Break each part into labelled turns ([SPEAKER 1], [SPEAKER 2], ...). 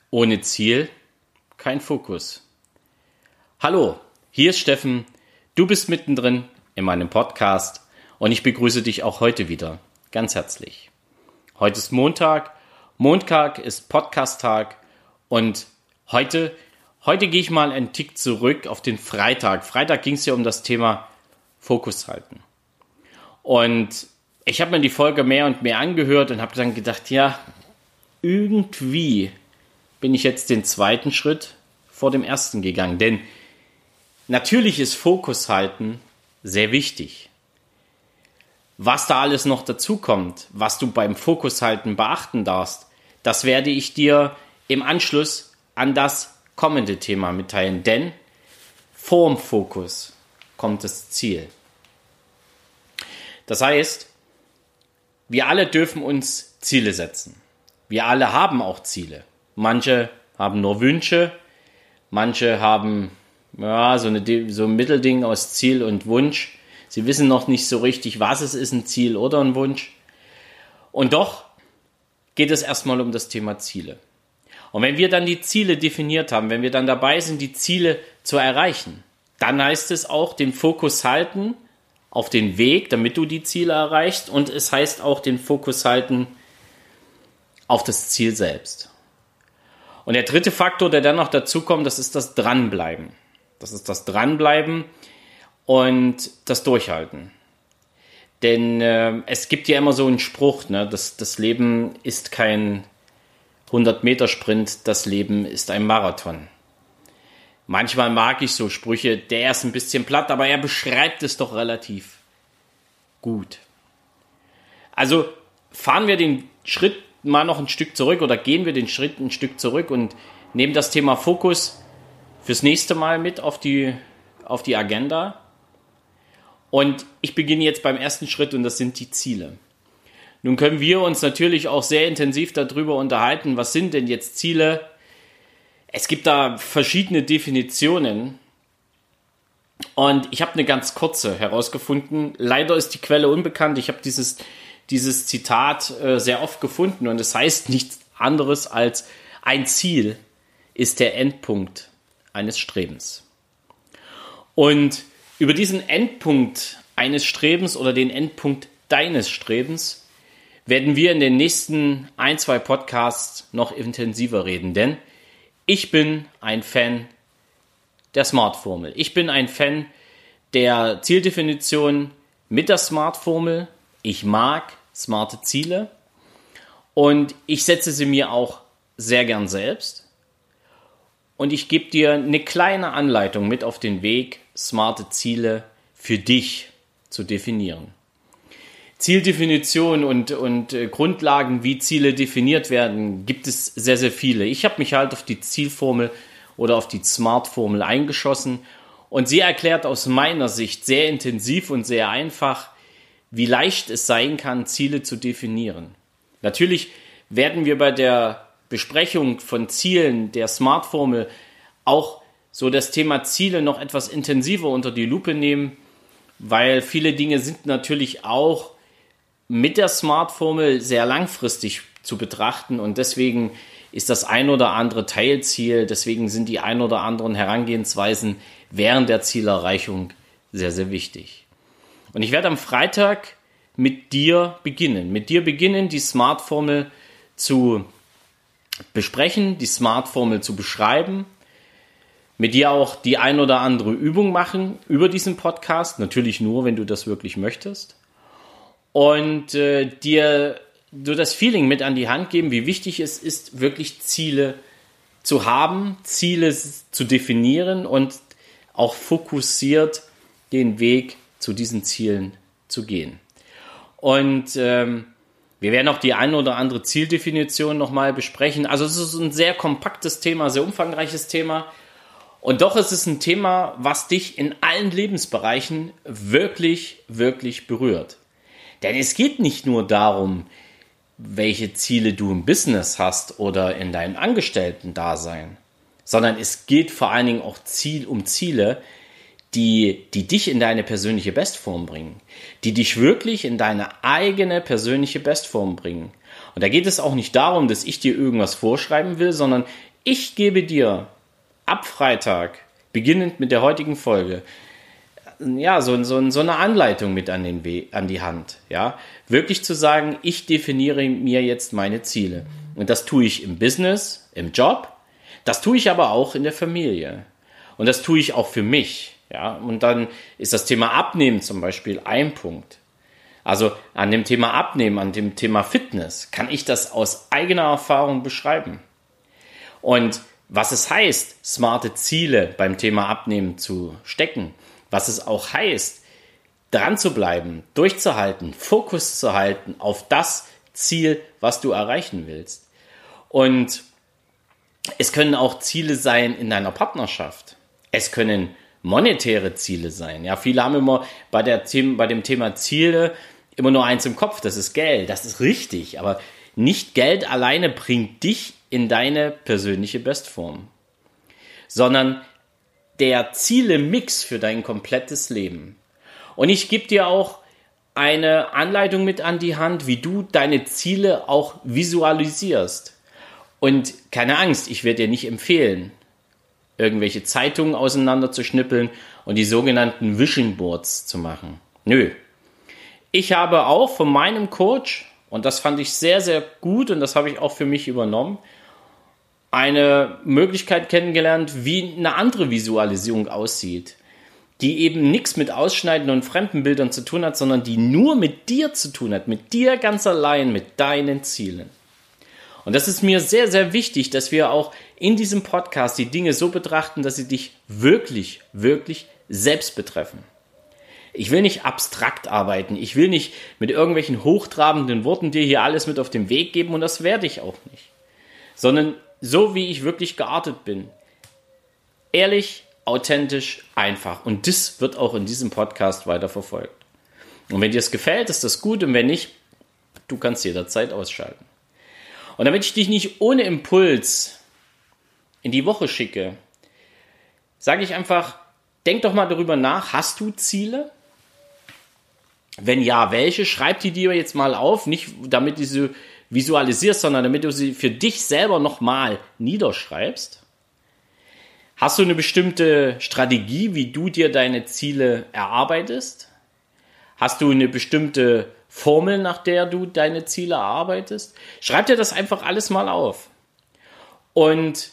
[SPEAKER 1] Ohne Ziel kein Fokus. Hallo, hier ist Steffen. Du bist mittendrin in meinem Podcast und ich begrüße dich auch heute wieder ganz herzlich. Heute ist Montag. Montag ist Podcast-Tag und heute gehe ich mal einen Tick zurück auf den Freitag. Freitag ging es ja um das Thema Fokus halten. Und ich habe mir die Folge mehr und mehr angehört und habe dann gedacht, ja, irgendwie bin ich jetzt den zweiten Schritt vor dem ersten gegangen. Denn natürlich ist Fokus halten sehr wichtig. Was da alles noch dazu kommt, was du beim Fokus halten beachten darfst, das werde ich dir im Anschluss an das kommende Thema mitteilen. Denn vorm Fokus kommt das Ziel. Das heißt, wir alle dürfen uns Ziele setzen. Wir alle haben auch Ziele. Manche haben nur Wünsche, manche haben so ein Mittelding aus Ziel und Wunsch. Sie wissen noch nicht so richtig, was es ist, ein Ziel oder ein Wunsch. Und doch geht es erstmal um das Thema Ziele. Und wenn wir dann die Ziele definiert haben, wenn wir dann dabei sind, die Ziele zu erreichen, dann heißt es auch, den Fokus halten auf den Weg, damit du die Ziele erreichst. Und es heißt auch, den Fokus halten auf das Ziel selbst. Und der dritte Faktor, der dann noch dazu kommt, das ist das Dranbleiben. Das ist das Dranbleiben und das Durchhalten. Denn es gibt ja immer so einen Spruch, ne, das Leben ist kein 100-Meter-Sprint, das Leben ist ein Marathon. Manchmal mag ich so Sprüche, der ist ein bisschen platt, aber er beschreibt es doch relativ gut. Also fahren wir den Schritt mal noch ein Stück zurück oder gehen wir den Schritt ein Stück zurück und nehmen das Thema Fokus fürs nächste Mal mit auf die Agenda. Und ich beginne jetzt beim ersten Schritt und das sind die Ziele. Nun können wir uns natürlich auch sehr intensiv darüber unterhalten, was sind denn jetzt Ziele? Es gibt da verschiedene Definitionen und ich habe eine ganz kurze herausgefunden. Leider ist die Quelle unbekannt. Ich habe dieses Zitat sehr oft gefunden und es heißt nichts anderes als: ein Ziel ist der Endpunkt eines Strebens. Und über diesen Endpunkt eines Strebens oder den Endpunkt deines Strebens werden wir in den nächsten 1-2 Podcasts noch intensiver reden, denn ich bin ein Fan der SMART-Formel. Ich bin ein Fan der Zieldefinition mit der SMART-Formel. Ich mag smarte Ziele und ich setze sie mir auch sehr gern selbst. Und ich gebe dir eine kleine Anleitung mit auf den Weg, smarte Ziele für dich zu definieren. Zieldefinition und Grundlagen, wie Ziele definiert werden, gibt es sehr, sehr viele. Ich habe mich halt auf die Zielformel oder auf die SMART-Formel eingeschossen und sie erklärt aus meiner Sicht sehr intensiv und sehr einfach, wie leicht es sein kann, Ziele zu definieren. Natürlich werden wir bei der Besprechung von Zielen der SMART-Formel auch so das Thema Ziele noch etwas intensiver unter die Lupe nehmen, weil viele Dinge sind natürlich auch mit der SMART-Formel sehr langfristig zu betrachten und deswegen ist das ein oder andere Teilziel, deswegen sind die ein oder anderen Herangehensweisen während der Zielerreichung sehr, sehr wichtig. Und ich werde am Freitag mit dir beginnen, die SMART-Formel zu besprechen, die SMART-Formel zu beschreiben, mit dir auch die ein oder andere Übung machen über diesen Podcast, natürlich nur, wenn du das wirklich möchtest. Und dir so das Feeling mit an die Hand geben, wie wichtig es ist, wirklich Ziele zu haben, Ziele zu definieren und auch fokussiert den Weg zu diesen Zielen zu gehen. Und wir werden auch die eine oder andere Zieldefinition nochmal besprechen. Also es ist ein sehr kompaktes Thema, sehr umfangreiches Thema. Und doch ist es ein Thema, was dich in allen Lebensbereichen wirklich, wirklich berührt. Denn es geht nicht nur darum, welche Ziele du im Business hast oder in deinem Angestellten-Dasein, sondern es geht vor allen Dingen auch um Ziele, die dich in deine persönliche Bestform bringen, die dich wirklich in deine eigene persönliche Bestform bringen. Und da geht es auch nicht darum, dass ich dir irgendwas vorschreiben will, sondern ich gebe dir ab Freitag, beginnend mit der heutigen Folge, ja, so eine Anleitung mit an die Hand. Ja? Wirklich zu sagen, ich definiere mir jetzt meine Ziele. Und das tue ich im Business, im Job, das tue ich aber auch in der Familie. Und das tue ich auch für mich. Ja? Und dann ist das Thema Abnehmen zum Beispiel ein Punkt. Also an dem Thema Abnehmen, an dem Thema Fitness kann ich das aus eigener Erfahrung beschreiben. Und was es heißt, smarte Ziele beim Thema Abnehmen zu stecken, was es auch heißt, dran zu bleiben, durchzuhalten, Fokus zu halten auf das Ziel, was du erreichen willst. Und es können auch Ziele sein in deiner Partnerschaft. Es können monetäre Ziele sein. Ja, viele haben immer bei dem Thema Ziele immer nur eins im Kopf, das ist Geld. Das ist richtig, aber nicht Geld alleine bringt dich in deine persönliche Bestform, sondern der Ziele-Mix für dein komplettes Leben. Und ich gebe dir auch eine Anleitung mit an die Hand, wie du deine Ziele auch visualisierst. Und keine Angst, ich werde dir nicht empfehlen, irgendwelche Zeitungen auseinanderzuschnippeln und die sogenannten Vision Boards zu machen. Nö. Ich habe auch von meinem Coach, und das fand ich sehr, sehr gut und das habe ich auch für mich übernommen, eine Möglichkeit kennengelernt, wie eine andere Visualisierung aussieht, die eben nichts mit Ausschneiden und Fremdenbildern zu tun hat, sondern die nur mit dir zu tun hat, mit dir ganz allein, mit deinen Zielen. Und das ist mir sehr, sehr wichtig, dass wir auch in diesem Podcast die Dinge so betrachten, dass sie dich wirklich, wirklich selbst betreffen. Ich will nicht abstrakt arbeiten, ich will nicht mit irgendwelchen hochtrabenden Worten dir hier alles mit auf den Weg geben und das werde ich auch nicht, sondern so wie ich wirklich geartet bin. Ehrlich, authentisch, einfach. Und das wird auch in diesem Podcast weiter verfolgt. Und wenn dir es gefällt, ist das gut. Und wenn nicht, du kannst jederzeit ausschalten. Und damit ich dich nicht ohne Impuls in die Woche schicke, sage ich einfach, denk doch mal darüber nach, hast du Ziele? Wenn ja, welche? Schreib die dir jetzt mal auf, nicht damit du sie visualisierst, sondern damit du sie für dich selber nochmal niederschreibst. Hast du eine bestimmte Strategie, wie du dir deine Ziele erarbeitest? Hast du eine bestimmte Formel, nach der du deine Ziele erarbeitest? Schreib dir das einfach alles mal auf. Und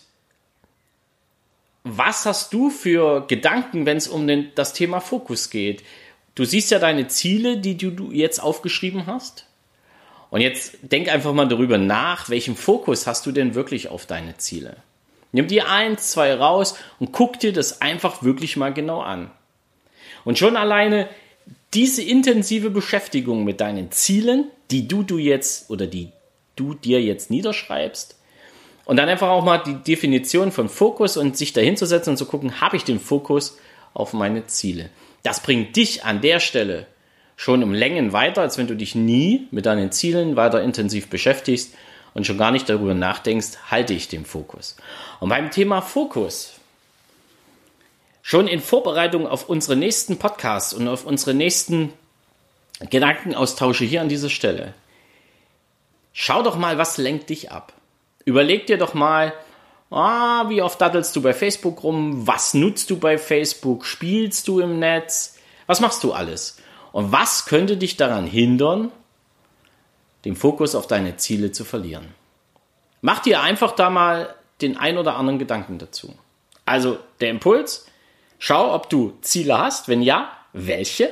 [SPEAKER 1] was hast du für Gedanken, wenn es um das Thema Fokus geht? Du siehst ja deine Ziele, die du jetzt aufgeschrieben hast. Und jetzt denk einfach mal darüber nach, welchen Fokus hast du denn wirklich auf deine Ziele? Nimm dir 1, 2 raus und guck dir das einfach wirklich mal genau an. Und schon alleine diese intensive Beschäftigung mit deinen Zielen, die du dir jetzt niederschreibst, und dann einfach auch mal die Definition von Fokus und sich dahin zu setzen und zu gucken, habe ich den Fokus auf meine Ziele? Das bringt dich an der Stelle schon um Längen weiter, als wenn du dich nie mit deinen Zielen weiter intensiv beschäftigst und schon gar nicht darüber nachdenkst, halte ich den Fokus. Und beim Thema Fokus, schon in Vorbereitung auf unsere nächsten Podcasts und auf unsere nächsten Gedankenaustausche hier an dieser Stelle, schau doch mal, was lenkt dich ab. Überleg dir doch mal, wie oft daddelst du bei Facebook rum, was nutzt du bei Facebook, spielst du im Netz, was machst du alles? Und was könnte dich daran hindern, den Fokus auf deine Ziele zu verlieren? Mach dir einfach da mal den ein oder anderen Gedanken dazu. Also der Impuls, schau, ob du Ziele hast, wenn ja, welche?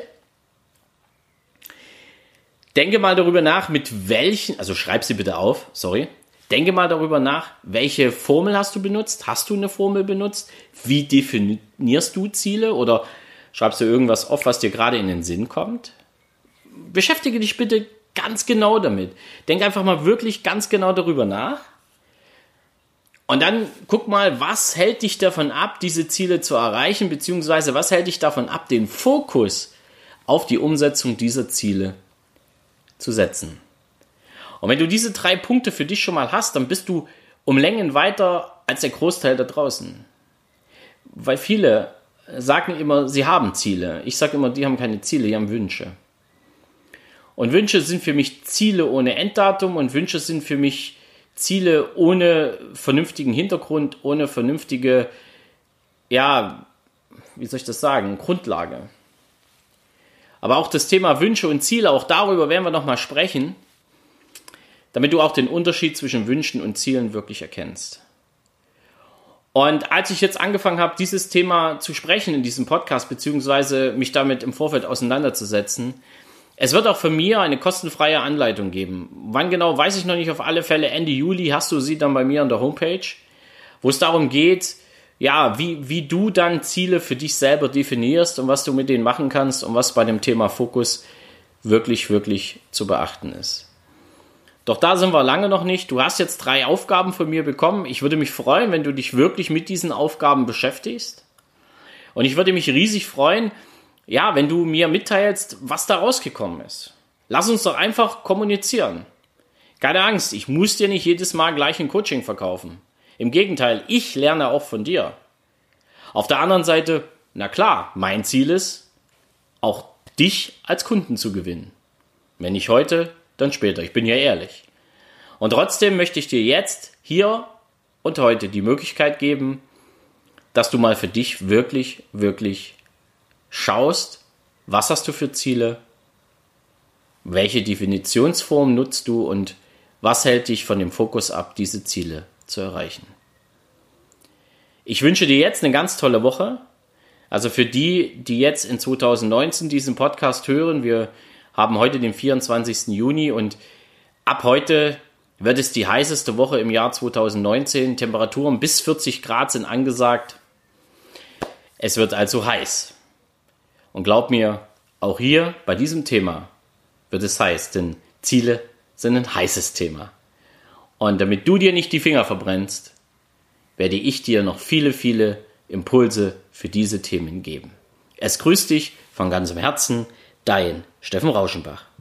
[SPEAKER 1] Denke mal darüber nach, mit welchen, also schreib sie bitte auf, Denke mal darüber nach, welche Formel hast du benutzt? Hast du eine Formel benutzt? Wie definierst du Ziele? Oder schreibst du irgendwas auf, was dir gerade in den Sinn kommt? Beschäftige dich bitte ganz genau damit. Denk einfach mal wirklich ganz genau darüber nach. Und dann guck mal, was hält dich davon ab, diese Ziele zu erreichen, beziehungsweise was hält dich davon ab, den Fokus auf die Umsetzung dieser Ziele zu setzen. Und wenn du diese 3 Punkte für dich schon mal hast, dann bist du um Längen weiter als der Großteil da draußen. Weil viele sagen immer, sie haben Ziele. Ich sage immer, die haben keine Ziele, die haben Wünsche. Und Wünsche sind für mich Ziele ohne Enddatum und Wünsche sind für mich Ziele ohne vernünftigen Hintergrund, ohne vernünftige, ja, wie soll ich das sagen, Grundlage. Aber auch das Thema Wünsche und Ziele, auch darüber werden wir nochmal sprechen, damit du auch den Unterschied zwischen Wünschen und Zielen wirklich erkennst. Und als ich jetzt angefangen habe, dieses Thema zu sprechen in diesem Podcast, beziehungsweise mich damit im Vorfeld auseinanderzusetzen, es wird auch von mir eine kostenfreie Anleitung geben. Wann genau, weiß ich noch nicht, auf alle Fälle Ende Juli hast du sie dann bei mir an der Homepage, wo es darum geht, ja, wie du dann Ziele für dich selber definierst und was du mit denen machen kannst und was bei dem Thema Fokus wirklich, wirklich zu beachten ist. Doch da sind wir lange noch nicht. Du hast jetzt 3 Aufgaben von mir bekommen. Ich würde mich freuen, wenn du dich wirklich mit diesen Aufgaben beschäftigst. Und ich würde mich riesig freuen, ja, wenn du mir mitteilst, was da rausgekommen ist. Lass uns doch einfach kommunizieren. Keine Angst, ich muss dir nicht jedes Mal gleich ein Coaching verkaufen. Im Gegenteil, ich lerne auch von dir. Auf der anderen Seite, na klar, mein Ziel ist, auch dich als Kunden zu gewinnen. Wenn nicht heute, dann später. Ich bin ja ehrlich. Und trotzdem möchte ich dir jetzt, hier und heute die Möglichkeit geben, dass du mal für dich wirklich, wirklich schaust, was hast du für Ziele, welche Definitionsform nutzt du und was hält dich von dem Fokus ab, diese Ziele zu erreichen. Ich wünsche dir jetzt eine ganz tolle Woche. Also für die jetzt in 2019 diesen Podcast hören, wir haben heute den 24. Juni und ab heute wird es die heißeste Woche im Jahr 2019. Temperaturen bis 40 Grad sind angesagt. Es wird also heiß. Und glaub mir, auch hier bei diesem Thema wird es heiß, denn Ziele sind ein heißes Thema. Und damit du dir nicht die Finger verbrennst, werde ich dir noch viele, viele Impulse für diese Themen geben. Es grüßt dich von ganzem Herzen, dein Steffen Rauschenbach.